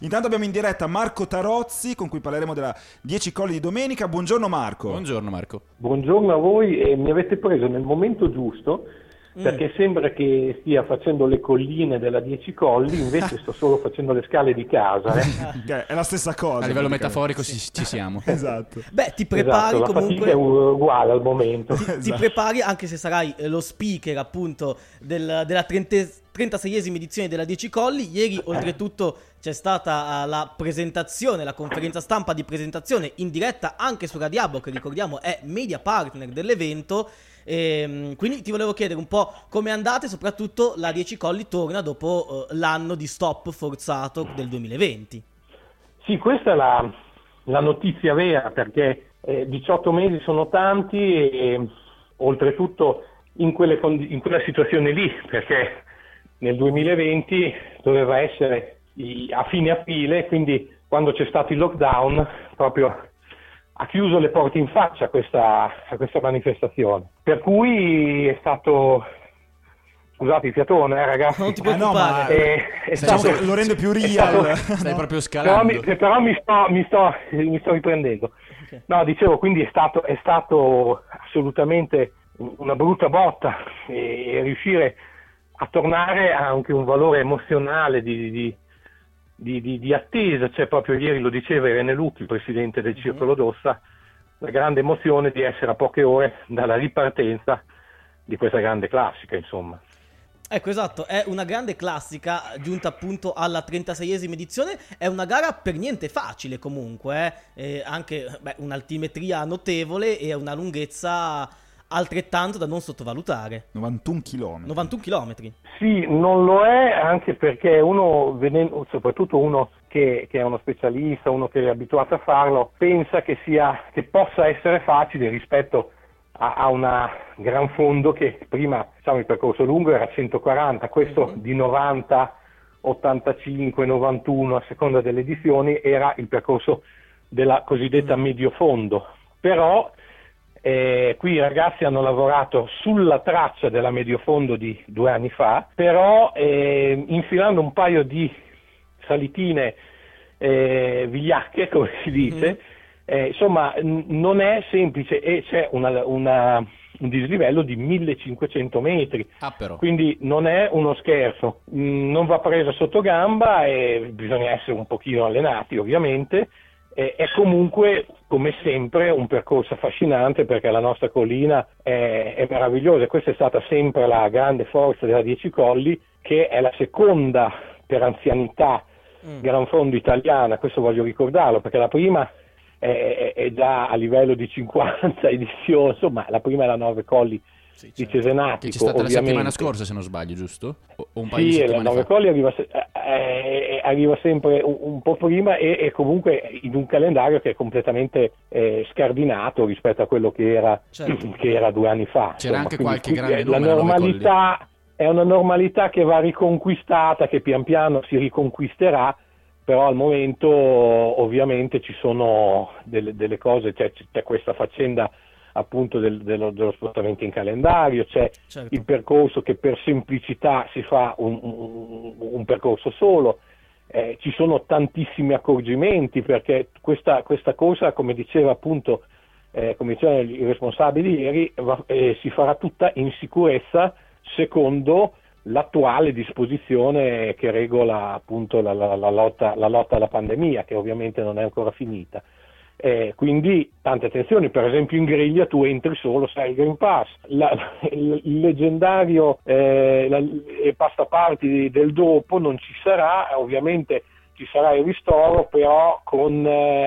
Intanto abbiamo in diretta Marco Tarozzi, con cui parleremo della 10 Colli di domenica. Buongiorno Marco. Buongiorno Marco. Buongiorno a voi, e mi avete preso nel momento giusto, perché sembra che stia facendo le colline della 10 Colli, invece sto solo facendo le scale di casa. È la stessa cosa. A livello metaforico ci siamo. Esatto. Beh, ti prepari esatto, comunque. La fatica è uguale al momento. Ti prepari, anche se sarai lo speaker appunto della 36esima edizione della 10 Colli. Ieri oltretutto c'è stata la presentazione, la conferenza stampa di presentazione in diretta anche su Radiabo, che ricordiamo è media partner dell'evento. Quindi ti volevo chiedere un po' come andate, soprattutto la 10 Colli torna dopo l'anno di stop forzato del 2020. Sì, questa è la notizia vera, perché 18 mesi sono tanti e oltretutto in quella situazione lì, perché nel 2020 doveva essere a fine aprile, quindi quando c'è stato il lockdown proprio ha chiuso le porte in faccia a questa manifestazione, per cui è stato, scusate il fiatone ragazzi, non ti preoccupare, lo rende più real, stai proprio scalando, però mi sto riprendendo. Okay. No, dicevo, quindi è stato assolutamente una brutta botta, e riuscire a tornare ha anche un valore emozionale di attesa. Cioè, proprio ieri lo diceva Irene Lucchi, il presidente del Circolo d'Ossa, la grande emozione di essere a poche ore dalla ripartenza di questa grande classica, insomma. Ecco, esatto, è una grande classica giunta appunto alla 36esima edizione. È una gara per niente facile comunque, anche un'altimetria notevole e una lunghezza altrettanto da non sottovalutare. 91 chilometri. Sì, non lo è, anche perché soprattutto uno che è uno specialista, uno che è abituato a farlo, pensa che possa essere facile rispetto a una gran fondo che prima, il percorso lungo era 140, questo di 90, 85, 91 a seconda delle edizioni era il percorso della cosiddetta medio fondo. Però qui i ragazzi hanno lavorato sulla traccia della mediofondo di 2 anni fa, però infilando un paio di salitine vigliacche, come si dice, insomma non è semplice, e c'è un dislivello di 1500 metri, quindi non è uno scherzo, non va presa sotto gamba e bisogna essere un pochino allenati ovviamente. È comunque, come sempre, un percorso affascinante, perché la nostra collina è meravigliosa, e questa è stata sempre la grande forza della 10 Colli, che è la seconda per anzianità gran fondo italiana. Questo voglio ricordarlo, perché la prima è già a livello di 50 edizioni, insomma la prima è la 9 Colli di Cesenatico, che c'è stata ovviamente. La settimana scorsa, se non sbaglio, giusto? O un paio di sì, settimane la 9 fa. Colli arriva sempre un po' prima, e comunque in un calendario che è completamente scardinato rispetto a quello che era, che era 2 anni fa. C'era anche qualche grande la nome. normalità è una normalità che va riconquistata, che pian piano si riconquisterà, però al momento ovviamente ci sono delle cose, c'è questa faccenda appunto dello spostamento in calendario, c'è il percorso che per semplicità si fa un percorso solo, ci sono tantissimi accorgimenti, perché questa corsa, come diceva appunto come dicevano i responsabili ieri, si farà tutta in sicurezza secondo l'attuale disposizione che regola appunto la lotta alla pandemia, che ovviamente non è ancora finita. Quindi tante attenzioni, per esempio in griglia tu entri solo se hai il Green Pass, il leggendario passaparti del dopo non ci sarà, ovviamente ci sarà il ristoro, però con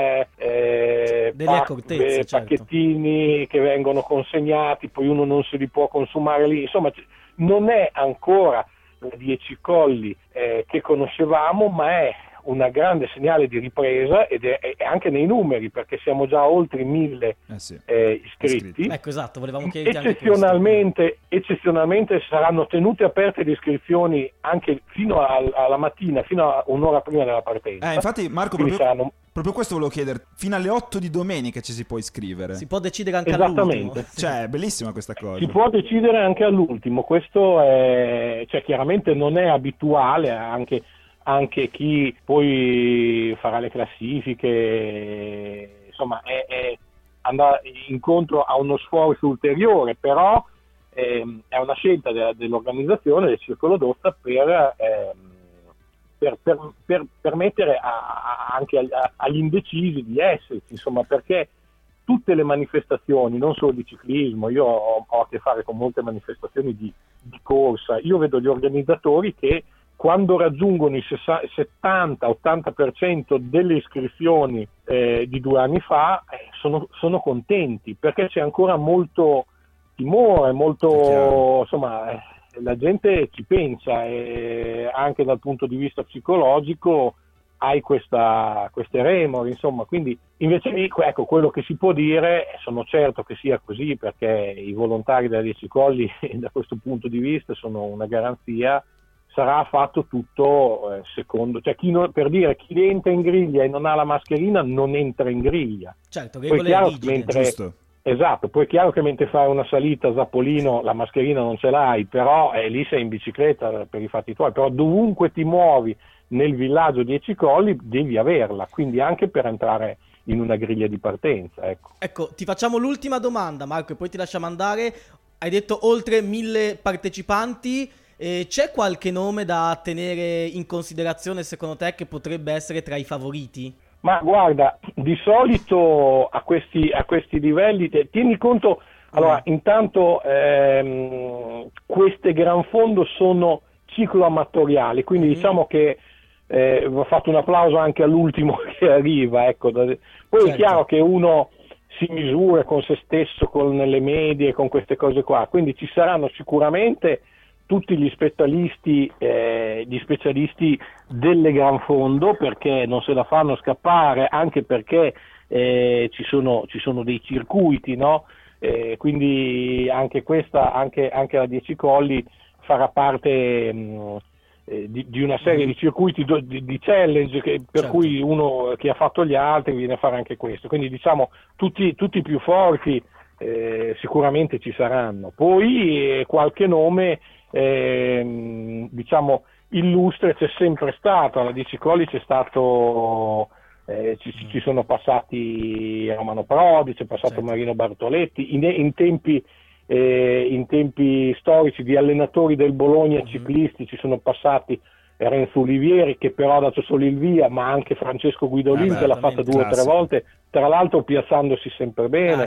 delle accortezze, pacchettini che vengono consegnati, poi uno non se li può consumare lì, insomma non è ancora la 10 Colli che conoscevamo, ma è una grande segnale di ripresa, ed è anche nei numeri, perché siamo già oltre i 1000 iscritti. Ecco, esatto, volevamo chiederti eccezionalmente saranno tenute aperte le iscrizioni anche fino alla mattina, fino a un'ora prima della partenza. Infatti Marco, proprio questo volevo chiedere, fino alle 8 di domenica ci si può iscrivere. Si può decidere anche all'ultimo. Cioè, è bellissima questa cosa. Si può decidere anche all'ultimo, questo è, chiaramente non è abituale, anche anche chi poi farà le classifiche, insomma è andare incontro a uno sforzo ulteriore, però è una scelta dell'organizzazione del Circolo d'Ossa per permettere anche agli indecisi di esserci, insomma, perché tutte le manifestazioni, non solo di ciclismo, io ho a che fare con molte manifestazioni di corsa, io vedo gli organizzatori che quando raggiungono il 70-80% delle iscrizioni di 2 anni fa sono contenti, perché c'è ancora molto timore, molto, insomma, la gente ci pensa, e anche dal punto di vista psicologico hai queste remore, insomma. Quindi invece ecco, quello che si può dire, sono certo che sia così, perché i volontari della 10 Colli da questo punto di vista sono una garanzia, sarà fatto tutto secondo, cioè per dire, chi entra in griglia e non ha la mascherina non entra in griglia. Certo, regole rigide, giusto. Esatto, poi è chiaro che mentre fai una salita a Zappolino la mascherina non ce l'hai, però lì sei in bicicletta per i fatti tuoi, però dovunque ti muovi nel villaggio 10 Colli devi averla, quindi anche per entrare in una griglia di partenza. Ecco, ti facciamo l'ultima domanda, Marco, e poi ti lasciamo andare. Hai detto oltre 1000 partecipanti, c'è qualche nome da tenere in considerazione secondo te che potrebbe essere tra i favoriti? Ma guarda, di solito a questi livelli, tieni conto, allora intanto queste gran fondo sono cicloamatoriali, quindi diciamo che ho fatto un applauso anche all'ultimo che arriva, ecco. Poi certo. È chiaro che uno si misura con se stesso, con le medie, con queste cose qua, quindi ci saranno sicuramente tutti gli specialisti delle gran fondo, perché non se la fanno scappare, anche perché ci sono dei circuiti, no? Quindi anche la 10 Colli farà parte di una serie di circuiti di challenge per certo. Cui uno che ha fatto gli altri viene a fare anche questo, quindi diciamo tutti i più forti sicuramente ci saranno. Poi qualche nome diciamo illustre c'è sempre stato, alla 10 Colli c'è stato ci sono passati Romano Prodi, c'è passato certo. Marino Bartoletti in tempi storici di allenatori del Bologna ciclisti ci sono passati Renzo Olivieri, che però ha dato solo il via, ma anche Francesco Guidolin che l'ha fatta 2 o 3 volte, tra l'altro piazzandosi sempre bene.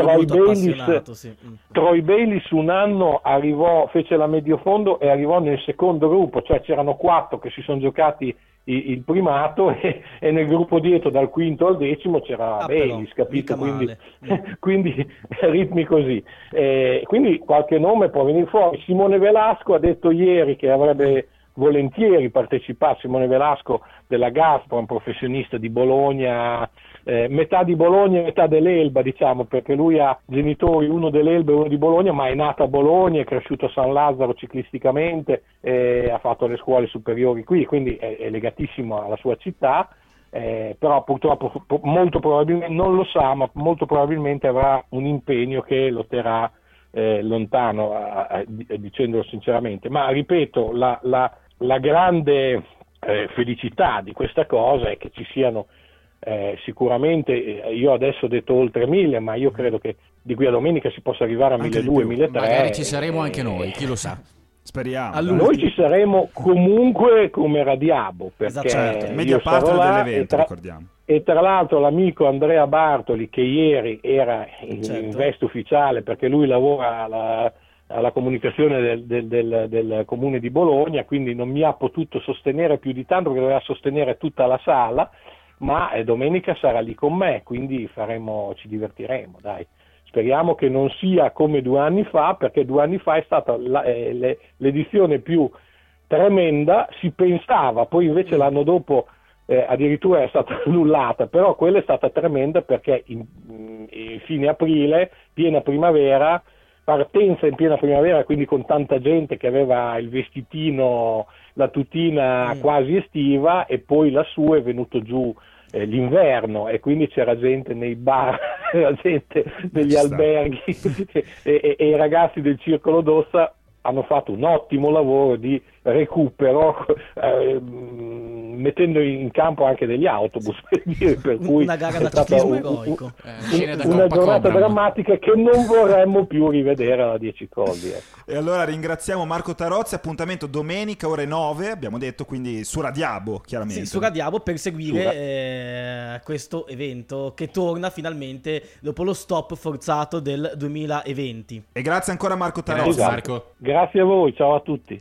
Troy Bayliss un anno fece la mediofondo e arrivò nel secondo gruppo, cioè c'erano 4 che si sono giocati il primato e nel gruppo dietro dal quinto al 10° c'era Bayliss, capito? Quindi ritmi così. Quindi qualche nome può venire fuori. Simone Velasco ha detto ieri che avrebbe volentieri partecipato, Simone Velasco della Gazprom, un professionista di Bologna, metà di Bologna e metà dell'Elba, diciamo, perché lui ha genitori, uno dell'Elba e uno di Bologna, ma è nato a Bologna, è cresciuto a San Lazzaro ciclisticamente, ha fatto le scuole superiori qui, quindi è legatissimo alla sua città, però purtroppo molto probabilmente, non lo sa, ma molto probabilmente avrà un impegno che lo terrà lontano, dicendolo sinceramente. Ma ripeto, la grande felicità di questa cosa è che ci siano sicuramente, io adesso ho detto oltre 1000, ma io credo che di qui a domenica si possa arrivare a 1200-1300. Magari ci saremo anche noi, chi lo sa. Speriamo. Noi ci saremo comunque come Radiabo, perché certo. Media parte dell'evento, ricordiamo. E tra l'altro l'amico Andrea Bartoli, che ieri era in veste ufficiale, perché lui lavora alla comunicazione del comune di Bologna, quindi non mi ha potuto sostenere più di tanto perché doveva sostenere tutta la sala, ma domenica sarà lì con me, quindi ci divertiremo, dai. Speriamo che non sia come 2 anni fa, perché 2 anni fa è stata l'edizione più tremenda, si pensava, poi invece l'anno dopo addirittura è stata annullata, però quella è stata tremenda perché in fine aprile, piena primavera, partenza in piena primavera, quindi con tanta gente che aveva il vestitino, la tutina quasi estiva, e poi lassù è venuto giù l'inverno e quindi c'era gente nei bar, c'era gente negli alberghi e i ragazzi del Circolo d'Ossa hanno fatto un ottimo lavoro di recupero, mettendo in campo anche degli autobus, per cui una gara è stata d'atletismo eroico. una giornata drammatica che non vorremmo più rivedere alla 10 Colli. Ecco. E allora ringraziamo Marco Tarozzi, appuntamento domenica ore 9, abbiamo detto, quindi su Radiabo, chiaramente. Sì, su Radiabo, per seguire questo evento che torna finalmente dopo lo stop forzato del 2020. E grazie ancora a Marco Tarozzi. Grazie Marco. Grazie a voi, ciao a tutti.